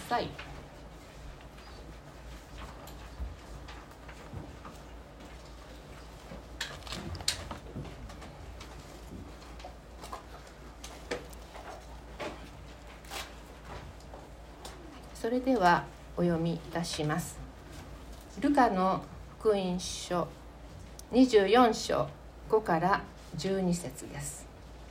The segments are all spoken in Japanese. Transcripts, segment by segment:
さい。それではお読みいたします。ルカの福音書24章5から12節です。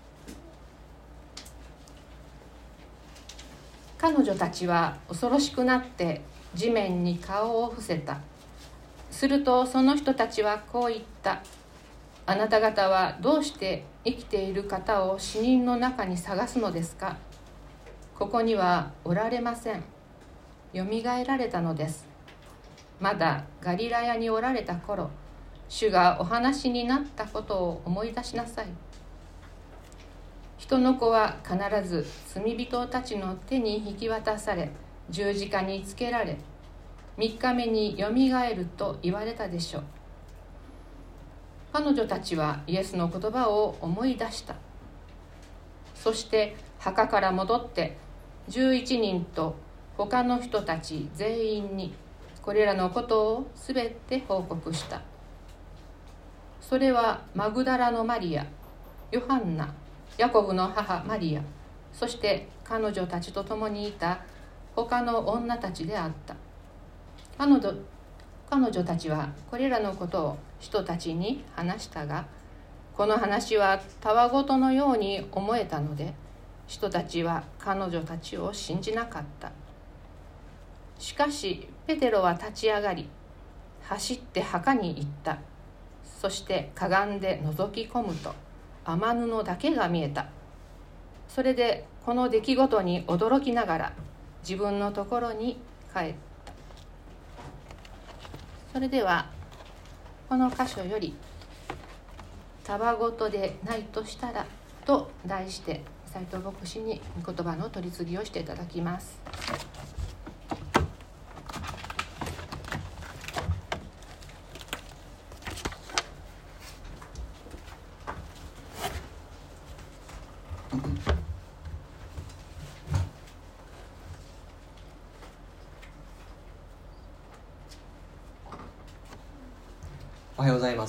彼女たちは恐ろしくなって地面に顔を伏せた。するとその人たちはこう言った。あなた方はどうして生きている方を死人の中に探すのですか。ここにはおられません。よみがえられたのです。まだガリラヤにおられた頃、主がお話になったことを思い出しなさい。人の子は必ず罪人たちの手に引き渡され、十字架につけられ、3日目によみがえると言われたでしょう。彼女たちはイエスの言葉を思い出した。そして墓から戻って11人と他の人たち全員にこれらのことをすべて報告した。それはマグダラのマリア、ヨハンナ、ヤコブの母マリア、そして彼女たちと共にいた他の女たちであった。彼女たちはこれらのことを人たちに話したが、この話はたわごとのように思えたので、人たちは彼女たちを信じなかった。しかしペテロは立ち上がり、走って墓に行った。そしてかがんで覗き込むと雨布だけが見えた。それでこの出来事に驚きながら自分のところに帰った。それではこの箇所よりたわごとでないとしたらと題して斉藤牧師に御言葉の取り次ぎをしていただきます。 おはようございます。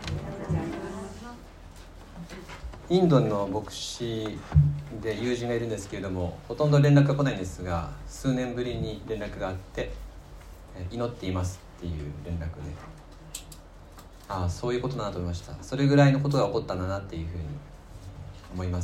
インドの牧師で友人がいるんですけれども、ほとんど連絡が来ないんですが、数年ぶりに連絡があって祈っていますっていう連絡で、ああそういうことだなと思いました。それぐらいのことが起こったんだなっていうふうに思います。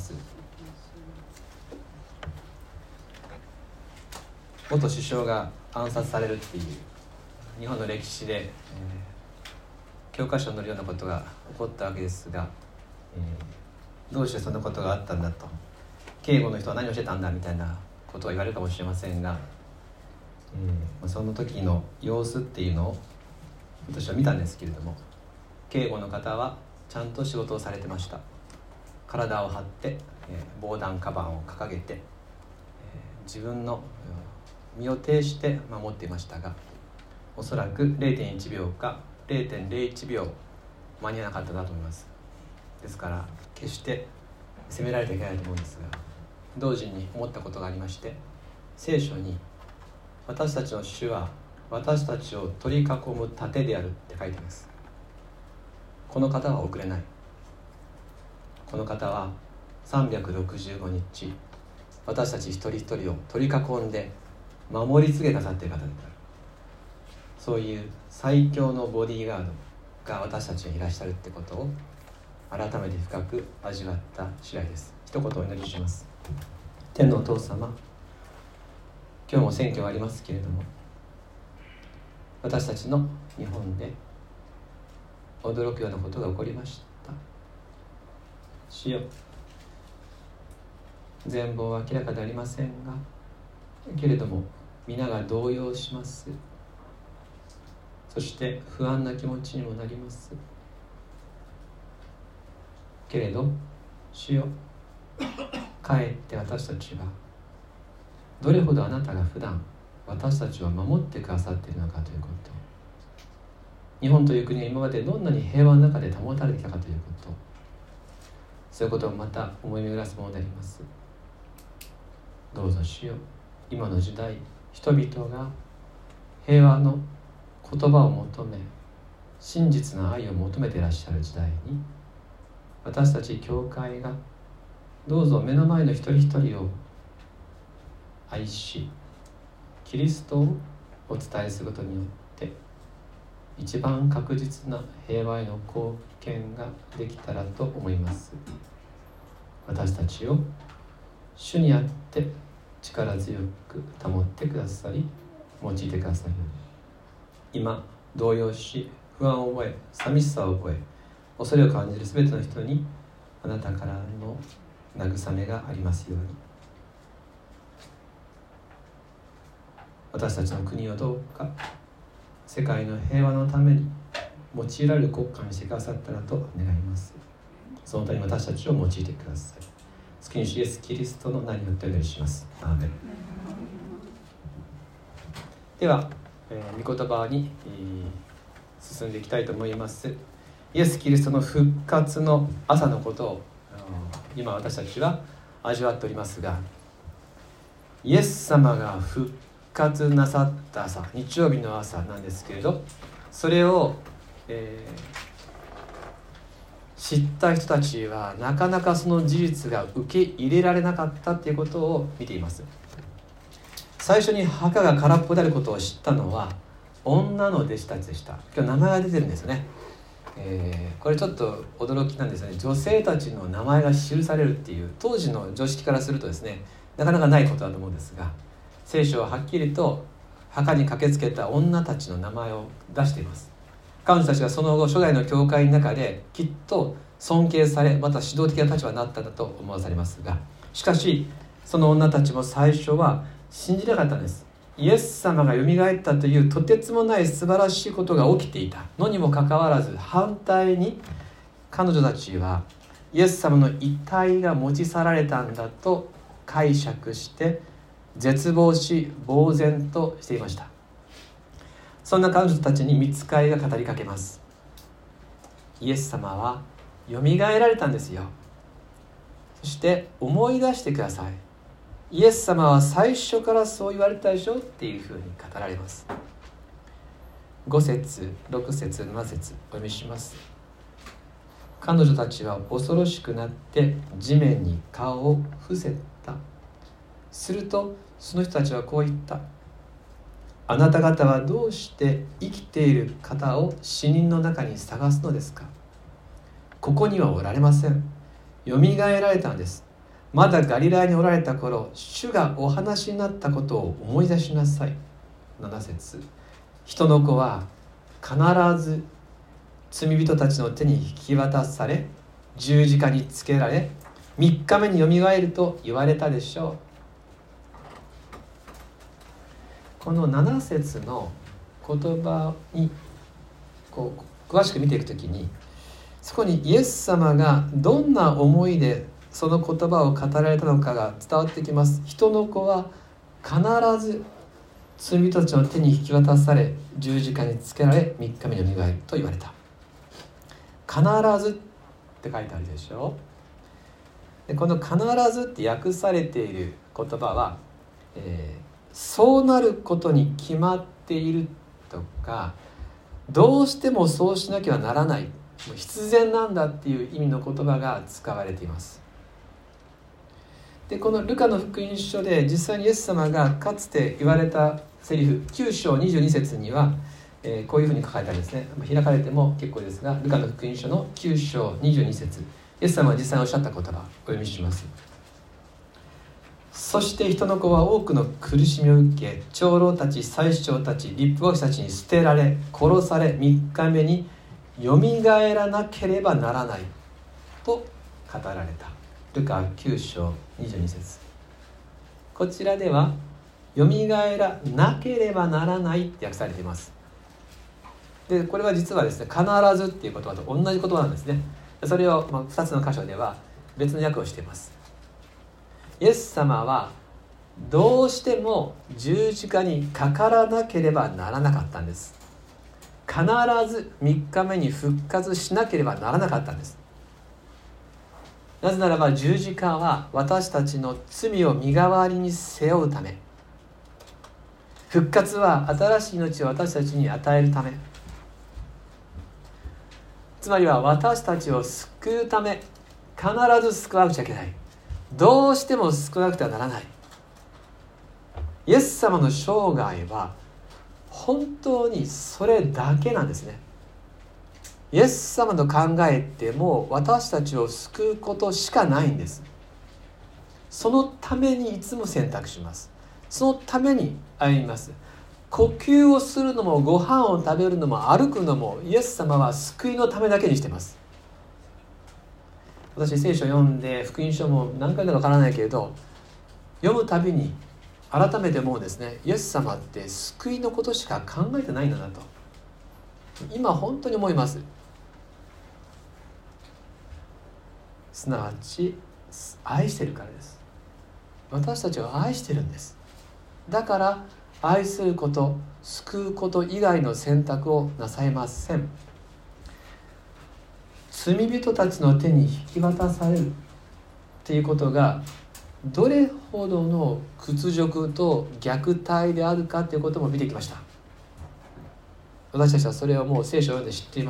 元首相が暗殺されるっていう日本の歴史で、教科書に載るようなことが起こったわけですが、どうしてそんなことがあったんだと、警護の人は何をしてたんだみたいなことを言われるかもしれませんが、その時の様子っていうのを私は見たんですけれども、警護の方はちゃんと仕事をされてました。体を張って、防弾カバンを掲げて、自分の身を挺して守っていましたが、おそらく 0.1 秒か0.01 秒間に合わなかったなと思います。ですから決して責められてはいけないと思うんですが、同時に思ったことがありまして、聖書に私たちの主は私たちを取り囲む盾であるって書いてます。この方は遅れない。この方は365日私たち一人一人を取り囲んで守り続けなさっている方である。そういう最強のボディーガードが私たちにいらっしゃるってことを改めて深く味わった次第です。一言お祈りします。天のお父様、今日も選挙がありますけれども、私たちの日本で驚くようなことが起こりました。主よ、全貌は明らかでありませんが、けれども皆が動揺します。そして不安な気持ちにもなります。けれど主よ、かえって私たちはどれほどあなたが普段私たちを守ってくださっているのかということ、日本という国が今までどんなに平和の中で保たれてきたかということ、そういうことをまた思い巡らすものであります。どうぞ主よ、今の時代人々が平和の言葉を求め、真実な愛を求めていらっしゃる時代に、私たち教会がどうぞ目の前の一人一人を愛し、キリストをお伝えすることによって一番確実な平和への貢献ができたらと思います。私たちを主にあって力強く保ってくださり、用いてくださるように、今動揺し不安を覚え、寂しさを覚え、恐れを感じるすべての人にあなたからの慰めがありますように。私たちの国をどうか世界の平和のために用いられる国家にしてくださったらと願います。そのために私たちを用いてください。救い主イエスキリストの名によってお願いします。アーメン。では、御言葉に進んでいきたいと思います。イエスキリストの復活の朝のことを今私たちは味わっておりますが、イエス様が復活なさった朝、日曜日の朝なんですけれど、それを、知った人たちはなかなかその事実が受け入れられなかったということを見ています。最初に墓が空っぽであることを知ったのは女の弟子たちでした。今日名前が出てるんですよね。これちょっと驚きなんですよね。女性たちの名前が記されるっていう当時の常識からするとですね、なかなかないことだと思うんですが、聖書ははっきりと墓に駆けつけた女たちの名前を出しています。彼女たちがその後初代の教会の中できっと尊敬され、また指導的な立場になったんだと思わされますが、しかしその女たちも最初は信じなかったんです。イエス様がよみがえったというとてつもない素晴らしいことが起きていたのにもかかわらず、反対に彼女たちはイエス様の遺体が持ち去られたんだと解釈して絶望し呆然としていました。そんな彼女たちに御使いが語りかけます。イエス様はよみがえられたんですよ。そして思い出してください。イエス様は最初からそう言われたでしょっていうふうに語られます。5節6節7節お読みします。彼女たちは恐ろしくなって地面に顔を伏せた。するとその人たちはこう言った。あなた方はどうして生きている方を死人の中に探すのですか。ここにはおられません。よみがえられたのです。まだガリラヤにおられた頃、主がお話になったことを思い出しなさい。7節人の子は必ず罪人たちの手に引き渡され、十字架につけられ、3日目によみがえると言われたでしょう。この7節の言葉に詳しく見ていくときに、そこにイエス様がどんな思いでその言葉を語られたのかが伝わってきます。人の子は必ず罪人たちの手に引き渡され、十字架につけられ、3日目によみがえると言われた。必ずって書いてあるでしょ。でこの必ずって訳されている言葉は、そうなることに決まっているとか、どうしてもそうしなきゃならない、もう必然なんだっていう意味の言葉が使われています。でこのルカの福音書で実際にイエス様がかつて言われたセリフ9章22節には、こういうふうに書かれてあるんですね。開かれても結構ですが、ルカの福音書の9章22節、イエス様が実際におっしゃった言葉をお読みします。そして人の子は多くの苦しみを受け、長老たち、祭司長たち、律法師たちに捨てられ、殺され、3日目によみがえらなければならないと語られた。ルカ9章22節、こちらではよみがえらなければならないって訳されています。でこれは実はですね、必ずっていう言葉と同じ言葉なんですね。それを2つの箇所では別の訳をしています。イエス様はどうしても十字架にかからなければならなかったんです。必ず3日目に復活しなければならなかったんです。なぜならば十字架は私たちの罪を身代わりに背負うため、 復活は新しい命を私たちに与えるため、つまりは私たちを救うため、必ず救わなくちゃいけない、どうしても救わなくてはならない。イエス様の生涯は本当にそれだけなんですね。イエス様の考えってもう私たちを救うことしかないんです。そのためにいつも選択します。そのために歩みます。呼吸をするのもご飯を食べるのも歩くのもイエス様は救いのためだけにしています。私聖書を読んで福音書も何回かわからないけれど読むたびに改めて思うんですね。イエス様って救いのことしか考えてないんだなと今本当に思います。すなわち愛してるからです。私たちを愛してるんです。だから愛すること、救うこと以外の選択をなさいません。罪人たちの手に引き渡されるということがどれほどの屈辱と虐待であるかということも見てきました。私たちはそれをもう聖書を読んで知っています。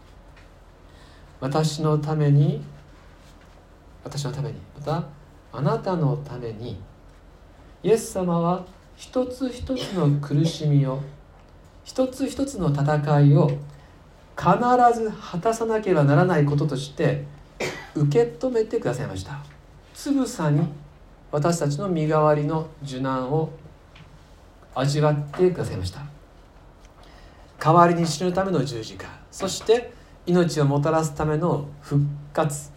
私のために、またあなたのために、イエス様は一つ一つの苦しみを、一つ一つの戦いを必ず果たさなければならないこととして受け止めてくださいました。つぶさに私たちの身代わりの受難を味わってくださいました。代わりに死ぬための十字架、そして命をもたらすための復活。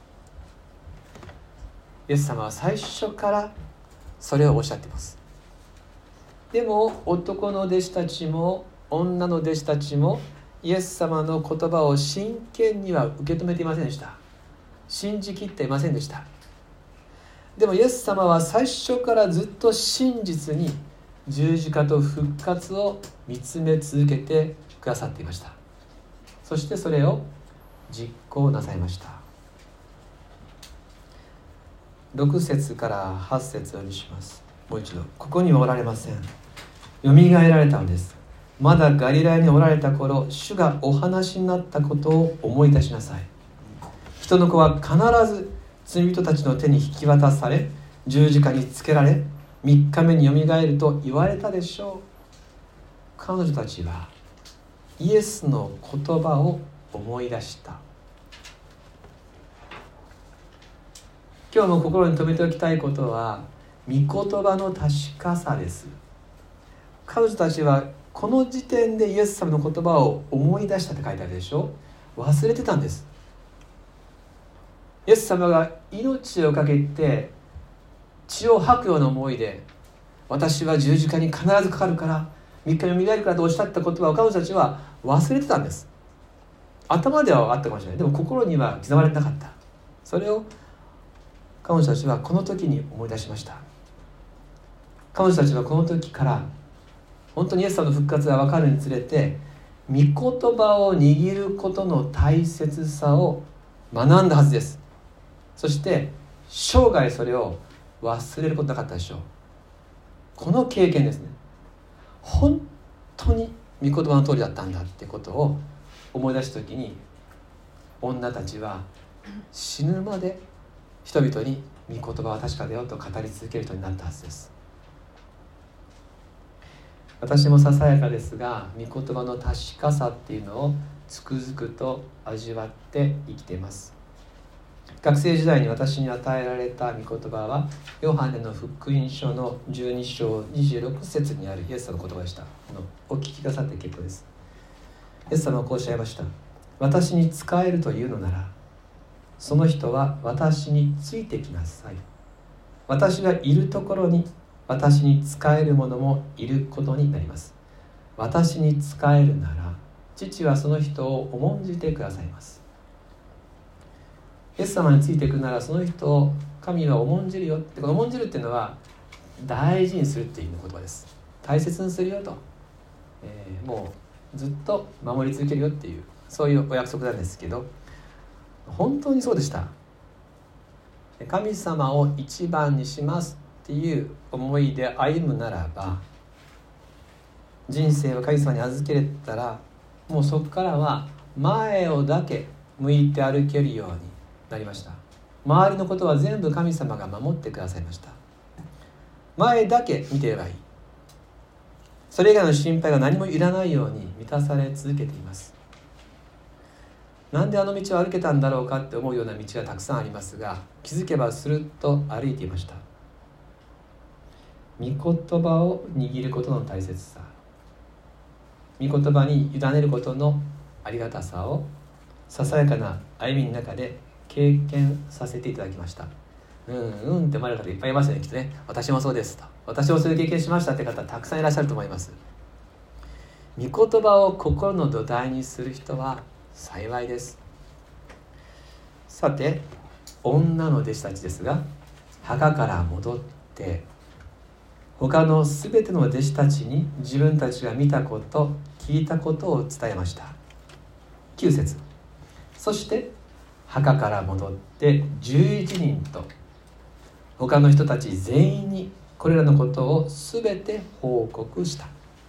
イエス様は最初からそれをおっしゃっています。でも男の弟子たちも女の弟子たちもイエス様の言葉を真剣には受け止めていませんでした。信じきっていませんでした。でもイエス様は最初からずっと真実に十字架と復活を見つめ続けてくださっていました。そしてそれを実行なさいました。6節から8節をお読みします。もう一度。ここにはおられません。よみがえられたのです。まだガリラヤにおられた頃、主がお話になったことを思い出しなさい。人の子は必ず罪人たちの手に引き渡され、十字架につけられ、3日目によみがえると言われたでしょう。彼女たちはイエスの言葉を思い出した。今日も心に留めておきたいことは御言葉の確かさです。彼女たちはこの時点でイエス様の言葉を思い出したって書いてあるでしょ。忘れてたんです。イエス様が命をかけて血を吐くような思いで、私は十字架に必ずかかるから3日によみがえるからとおっしゃった言葉を彼女たちは忘れてたんです。頭ではあったかもしれない。でも心には刻まれてなかった。それを彼女たちはこの時に思い出しました。彼女たちはこの時から本当にイエス様の復活が分かるにつれて、御言葉を握ることの大切さを学んだはずです。そして生涯それを忘れることなかったでしょう。この経験ですね。本当に御言葉の通りだったんだってことを思い出したときに、女たちは死ぬまで人々に御言葉は確かだよと語り続ける人になったはずです。私もささやかですが、御言葉の確かさっていうのをつくづくと味わって生きています。学生時代に私に与えられた御言葉はヨハネの福音書の12章26節にあるイエス様の言葉でした。お聞きくださって結構です。イエス様はこうおっしゃいました。私に仕えるというのなら、その人は私についてきなさい。私がいるところに私に仕える者もいることになります。私に仕えるなら、父はその人を重んじてくださいます。イエス様についていくなら、その人を神は重んじるよって、この重んじるっていうのは大事にするっていう言葉です。大切にするよと、もうずっと守り続けるよっていう、そういうお約束なんですけど、本当にそうでした。神様を一番にしますっていう思いで歩むならば、 人生を神様に預けたら、もうそこからは前をだけ向いて歩けるようになりました。周りのことは全部神様が守ってくださいました。前だけ見ていればいい。それ以外の心配が何もいらないように満たされ続けています。なんであの道を歩けたんだろうかって思うような道がたくさんありますが、気づけばスルッと歩いていました。御言葉を握ることの大切さ、御言葉に委ねることのありがたさをささやかな歩みの中で経験させていただきました。って思われる方いっぱいいますよね、きっとね。私もそうですと、私もそういう経験しましたって方たくさんいらっしゃると思います。御言葉を心の土台にする人は幸いです。さて、女の弟子たちですが、墓から戻って他のすべての弟子たちに自分たちが見たこと、聞いたことを伝えました。9節。そして墓から戻って11人と他の人たち全員にこれらのことをすべて報告した。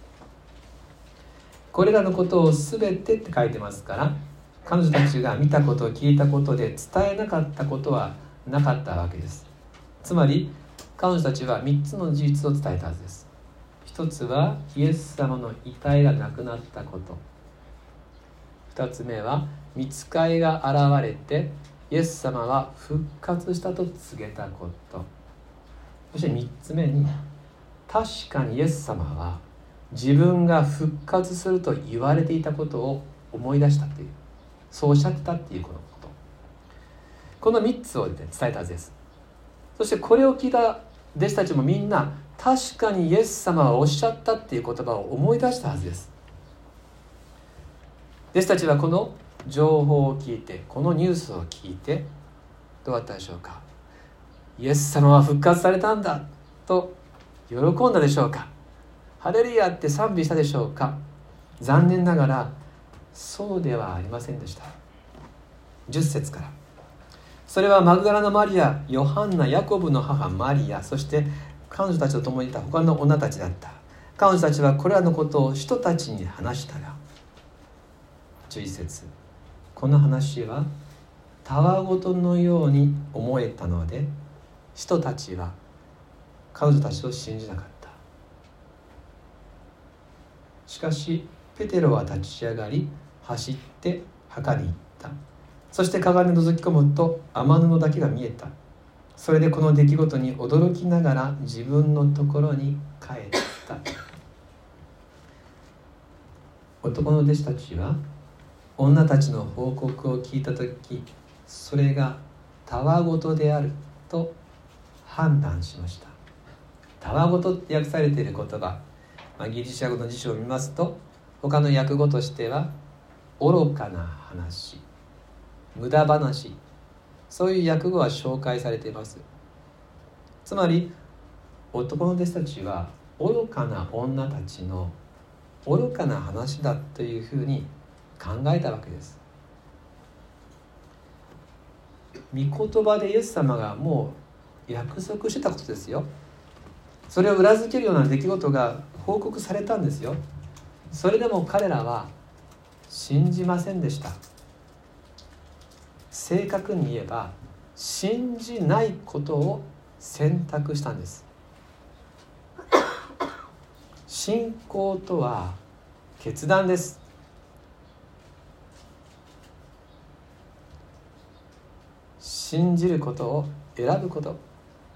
これらのことをすべてって書いてますから、彼女たちが見たことを聞いたことで伝えなかったことはなかったわけです。つまり彼女たちは3つの事実を伝えたはずです。1つはイエス様の遺体がなくなったこと。2つ目は御使いが現れてイエス様は復活したと告げたこと。そして3つ目に、確かにイエス様は自分が復活すると言われていたことを思い出したという、そうおっしゃってたっていうこと。この3つを伝えたはずです。そしてこれを聞いた弟子たちもみんな、確かにイエス様はおっしゃったっていう言葉を思い出したはずです。弟子たちはこの情報を聞いて、このニュースを聞いてどうだったでしょうか。イエス様は復活されたんだと喜んだでしょうか。ハレルヤって賛美したでしょうか。残念ながらそうではありませんでした。10節から、それはマグダラのマリア、ヨハンナ、ヤコブの母マリア、そして彼女たちと共にいた他の女たちだった。彼女たちはこれらのことを人たちに話したが、11節、この話はたわごとのように思えたので、人たちは彼女たちを信じなかった。しかしペテロは立ち上がり、走って墓に行った。そして鏡を覗き込むと雨布だけが見えた。それでこの出来事に驚きながら自分のところに帰った。男の弟子たちは女たちの報告を聞いたとき、それがたわごとであると判断しました。たわごとって訳されている言葉、ギリシャ語の辞書を見ますと、他の訳語としては愚かな話、無駄話、そういう訳語は紹介されています。つまり男の弟子たちは愚かな女たちの愚かな話だというふうに考えたわけです。御言葉でイエス様がもう約束してたことですよ。それを裏付けるような出来事が報告されたんですよ。それでも彼らは信じませんでした。正確に言えば信じないことを選択したんです。信仰とは決断です。信じることを選ぶこと。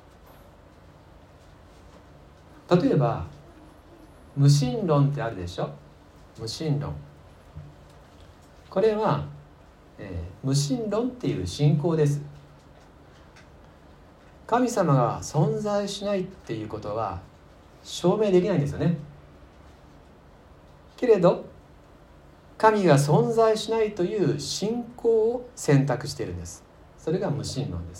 例えば無神論ってあるでしょ。無神論、これは、無神論っていう信仰です。神様が存在しないっていうことは証明できないんですよね。けれど神が存在しないという信仰を選択しているんです。それが無神論です。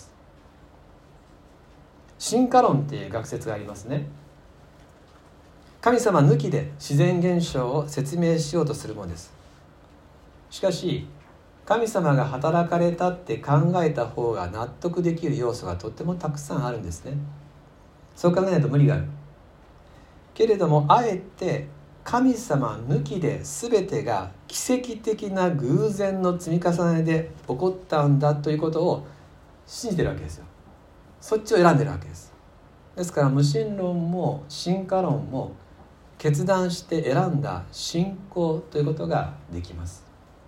進化論っていう学説がありますね。神様抜きで自然現象を説明しようとするものです。しかし神様が働かれたって考えた方が納得できる要素がとってもたくさんあるんですね。そう考えないと無理がある。けれどもあえて神様抜きで全てが奇跡的な偶然の積み重ねで起こったんだということを信じてるわけですよ。そっちを選んでるわけです。ですから無神論も進化論も決断して選んだ信仰ということができます。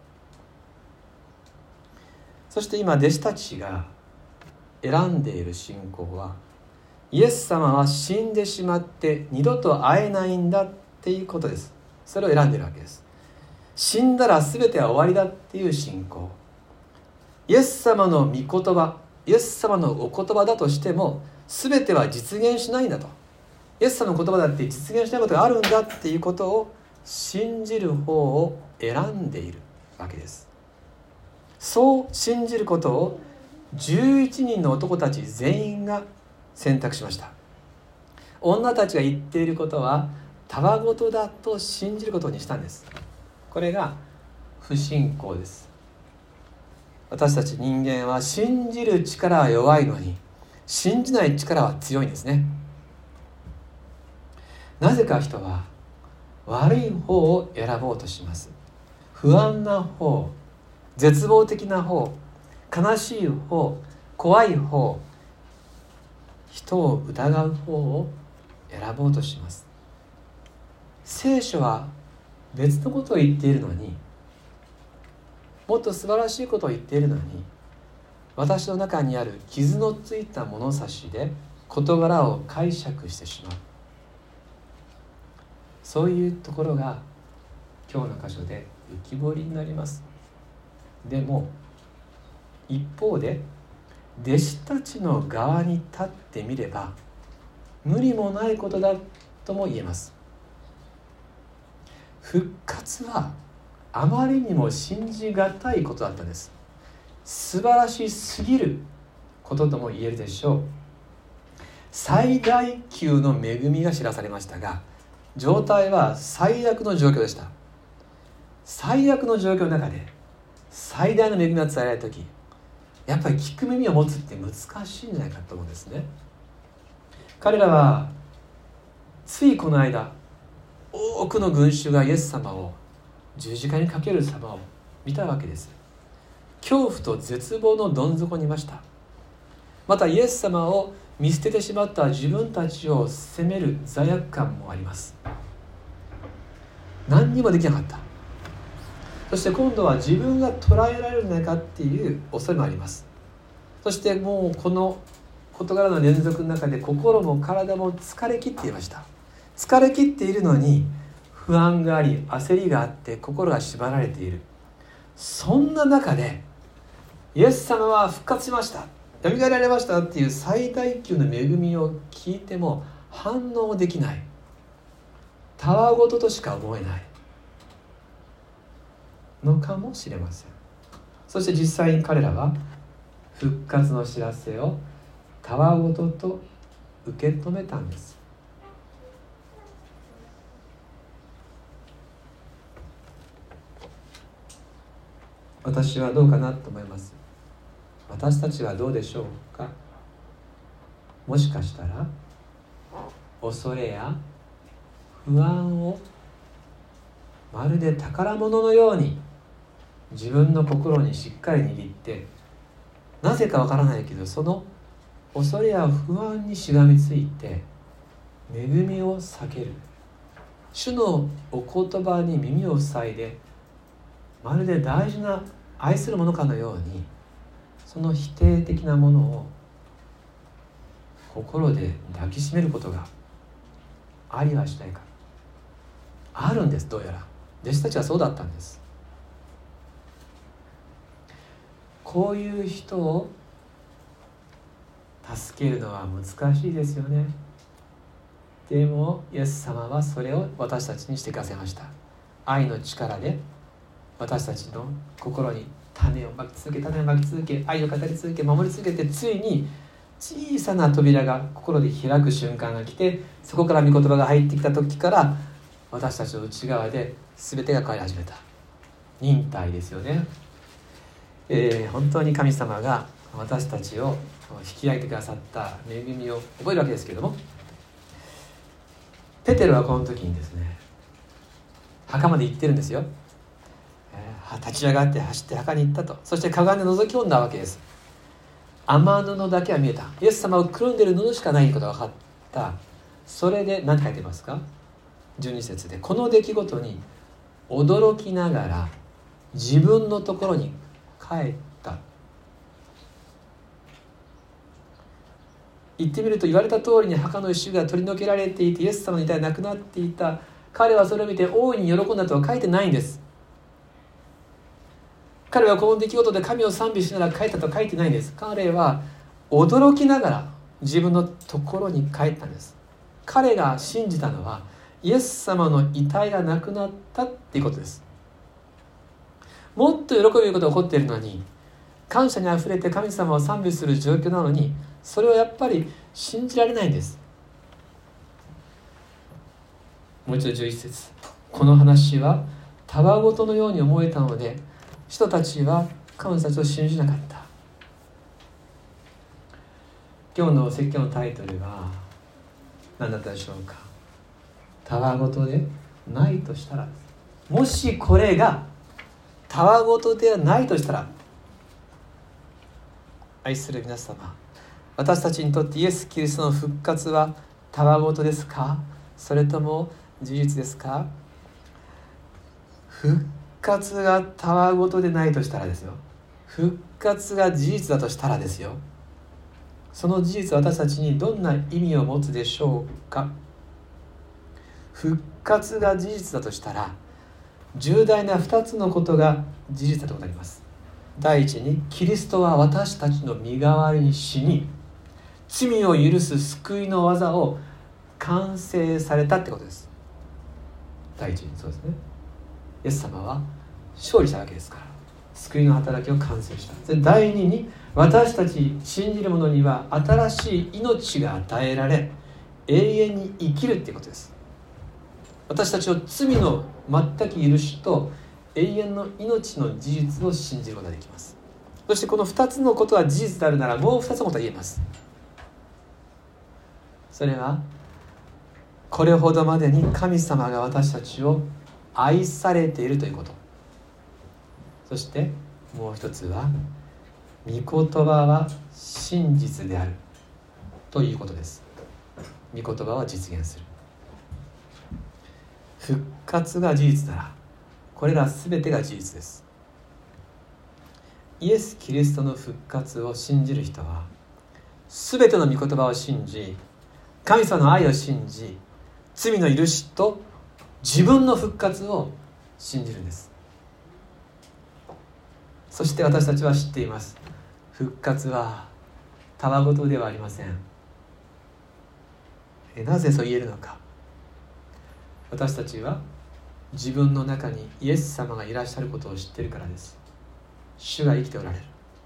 そして今弟子たちが選んでいる信仰は、イエス様は死んでしまって二度と会えないんだっていうことです。それを選んでいるわけです。死んだら全ては終わりだっていう信仰。イエス様の御言葉、イエス様のお言葉だとしても全ては実現しないんだと。イエス様の言葉だって実現しないことがあるんだっていうことを信じる方を選んでいるわけです。そう信じることを11人の男たち全員が選択しました。女たちが言っていることはたわごとだと信じることにしたんです。これが不信仰です。私たち人間は信じる力は弱いのに信じない力は強いんですね。なぜか人は悪い方を選ぼうとします。不安な方、絶望的な方、悲しい方、怖い方、人を疑う方を選ぼうとします。聖書は別のことを言っているのに、もっと素晴らしいことを言っているのに、私の中にある傷のついた物差しで事柄を解釈してしまう。そういうところが今日の箇所で浮き彫りになります。でも一方で弟子たちの側に立ってみれば無理もないことだとも言えます。復活はあまりにも信じがたいことだったんです。素晴らしすぎることとも言えるでしょう。最大級の恵みが知らされましたが、状態は最悪の状況でした。最悪の状況の中で最大の恵みが伝えられたとき、やっぱり聞く耳を持つって難しいんじゃないかと思うんですね。彼らはついこの間、多くの群衆がイエス様を十字架にかける様を見たわけです。恐怖と絶望のどん底にいました。またイエス様を見捨ててしまった自分たちを責める罪悪感もあります。何にもできなかった。そして今度は自分が捉えられるんじゃないかっていう恐れもあります。そしてもうこの事柄の連続の中で心も体も疲れ切っていました。疲れ切っているのに不安があり焦りがあって心が縛られている。そんな中でイエス様は復活しました、よみがえられましたっていう最大級の恵みを聞いても反応できない、たわごととしか思えないのかもしれません。そして実際に彼らは復活の知らせをたわごとと受け止めたんです。私はどうかなと思います。私たちはどうでしょうか。もしかしたら恐れや不安をまるで宝物のように自分の心にしっかり握って、なぜかわからないけどその恐れや不安にしがみついて恵みを避ける、主のお言葉に耳を塞いでまるで大事な愛するものかのようにその否定的なものを心で抱きしめることがありはしないか。あるんです。どうやら弟子たちはそうだったんです。こういう人を助けるのは難しいですよね。でもイエス様はそれを私たちにしてくださいました。愛の力で私たちの心に種をまき続け、種をまき続け、愛を語り続け、守り続けて、ついに小さな扉が心で開く瞬間が来て、そこから御言葉が入ってきた時から私たちの内側で全てが変わり始めた。忍耐ですよね。本当に神様が私たちを引き上げてくださった恵みを覚えるわけですけれども、ペテロはこの時にですね、 墓まで行ってるんですよ。立ち上がって走って墓に行ったと。そして鏡で覗き込んだわけです。雨布だけは見えた。イエス様をくるんでいる布しかないことが分かった。それで何て書いてますか。12節で、この出来事に驚きながら自分のところに帰った。言ってみると、言われた通りに墓の石が取り除けられていて、イエス様の遺体はなくなっていた。彼はそれを見て大いに喜んだとは書いてないんです。彼はこの出来事で神を賛美しながら帰ったとは書いてないんです。彼は驚きながら自分のところに帰ったんです。彼が信じたのはイエス様の遺体がなくなったっていうことです。もっと喜びることが起こっているのに、感謝にあふれて神様を賛美する状況なのに、それをやっぱり信じられないんです。もう一度11節、この話はたわごとのように思えたので、人たちは彼女たちを信じなかった。今日の説教のタイトルは何だったでしょうか。たわごとでないとしたら、もしこれがたわごとではないとしたら、愛する皆様、私たちにとってイエス・キリストの復活はたわごとですか、それとも事実ですか。復活がたわごとでないとしたらですよ、復活が事実だとしたらですよ、その事実は私たちにどんな意味を持つでしょうか。復活が事実だとしたら、重大な2つのことが事実だとなります。第一に、キリストは私たちの身代わりに死に、罪を許す救いの技を完成されたってことです。第一にそうですね、イエス様は勝利したわけですから、救いの働きを完成した。第二に、私たち信じる者には新しい命が与えられ、永遠に生きるっていうことです。私たちの罪の全く許しと永遠の命の事実を信じることができます。そしてこの2つのことが事実であるなら、もう2つのことが言えます。それは、これほどまでに神様が私たちを愛されているということ。そしてもう一つは、御言葉は真実であるということです。御言葉は実現する。復活が事実なら、これら全てが事実です。イエス・キリストの復活を信じる人は、全ての御言葉を信じ、神様の愛を信じ、罪の許しと自分の復活を信じるんです。そして私たちは知っています。復活はたわごとではありません。なぜそう言えるのか。私たちは自分の中にイエス様がいらっしゃることを知っているからです。主が生きておられる。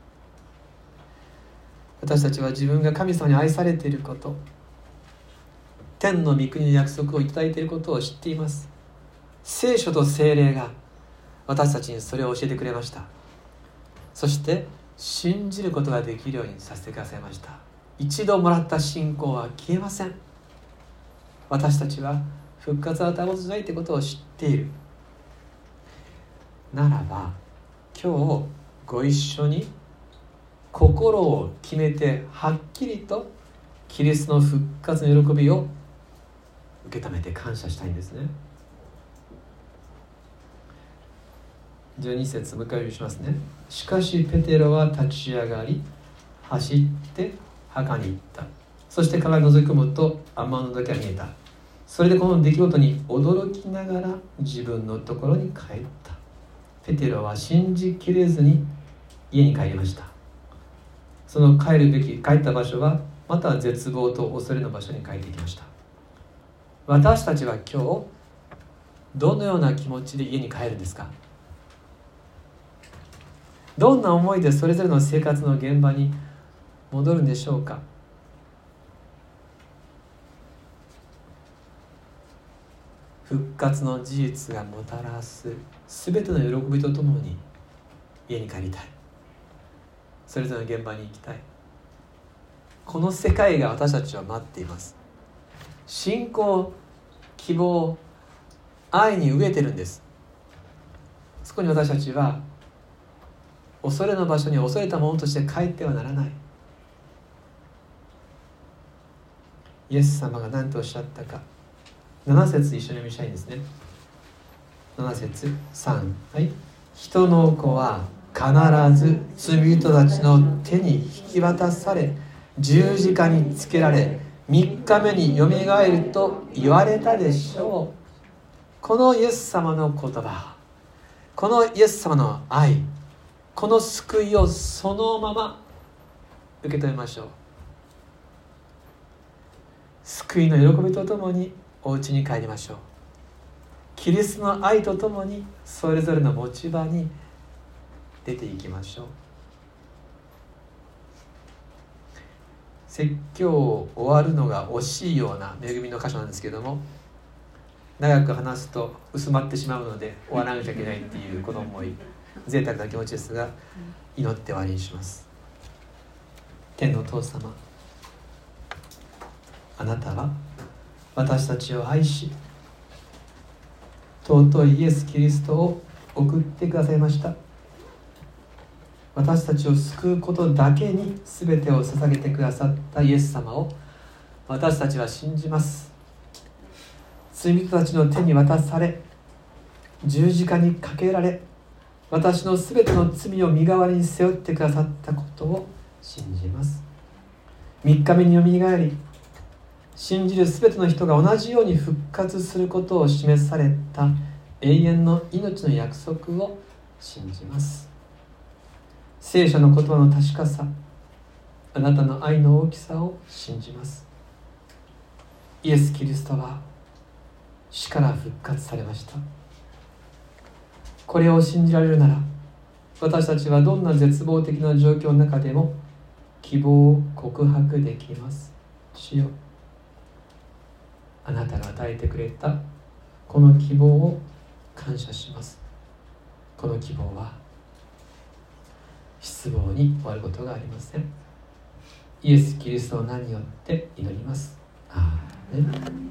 私たちは自分が神様に愛されていること、天の御国の約束をいただいていることを知っています。聖書と聖霊が私たちにそれを教えてくれました。そして信じることができるようにさせてくださいました。一度もらった信仰は消えません。私たちは復活はたわごとじゃないということを知っているならば、今日ご一緒に心を決めてはっきりとキリストの復活の喜びを受け止めて感謝したいんですね。12節もう一回読みしますね。しかしペテロは立ち上がり、走って墓に行った。そして鏡を覗き込むと雨のだけが見えた。それでこの出来事に驚きながら自分のところに帰った。ペテロは信じきれずに家に帰りました。その帰った場所はまた絶望と恐れの場所に帰ってきました。私たちは今日どのような気持ちで家に帰るんですか。どんな思いでそれぞれの生活の現場に戻るんでしょうか。復活の事実がもたらすすべての喜びとともに家に帰りたい。それぞれの現場に行きたい。この世界が私たちは待っています。信仰、希望、 愛に飢えてるんです。そこに私たちは恐れの場所に恐れたものとして帰ってはならない。イエス様が何とおっしゃったか、7節一緒に読みしたいんですね。7節3、はい、人の子は必ず罪人たちの手に引き渡され、十字架につけられ、3日目によみがえると言われたでしょう。このイエス様の言葉、このイエス様の愛、この救いをそのまま受け止めましょう。救いの喜びとともにお家に帰りましょう。キリストの愛とともにそれぞれの持ち場に出ていきましょう。説教を終わるのが惜しいような恵みの箇所なんですけれども、長く話すと薄まってしまうので終わらなきゃいけないっていうこの思い、贅沢な気持ちですが、祈って終わりにします。天のお父様、あなたは私たちを愛し、尊いイエス・キリストを送ってくださいました。私たちを救うことだけに全てを捧げてくださったイエス様を私たちは信じます。罪人たちの手に渡され、十字架にかけられ、私の全ての罪を身代わりに背負ってくださったことを信じます。3日目によみがえり、信じる全ての人が同じように復活することを示された永遠の命の約束を信じます。聖書の言葉の確かさ、あなたの愛の大きさを信じます。イエス・キリストは死から復活されました。これを信じられるなら、私たちはどんな絶望的な状況の中でも希望を告白できます。主よ、あなたが与えてくれたこの希望を感謝します。この希望は失望に終わることがありません。イエス・キリストの名によって祈ります。アーメン。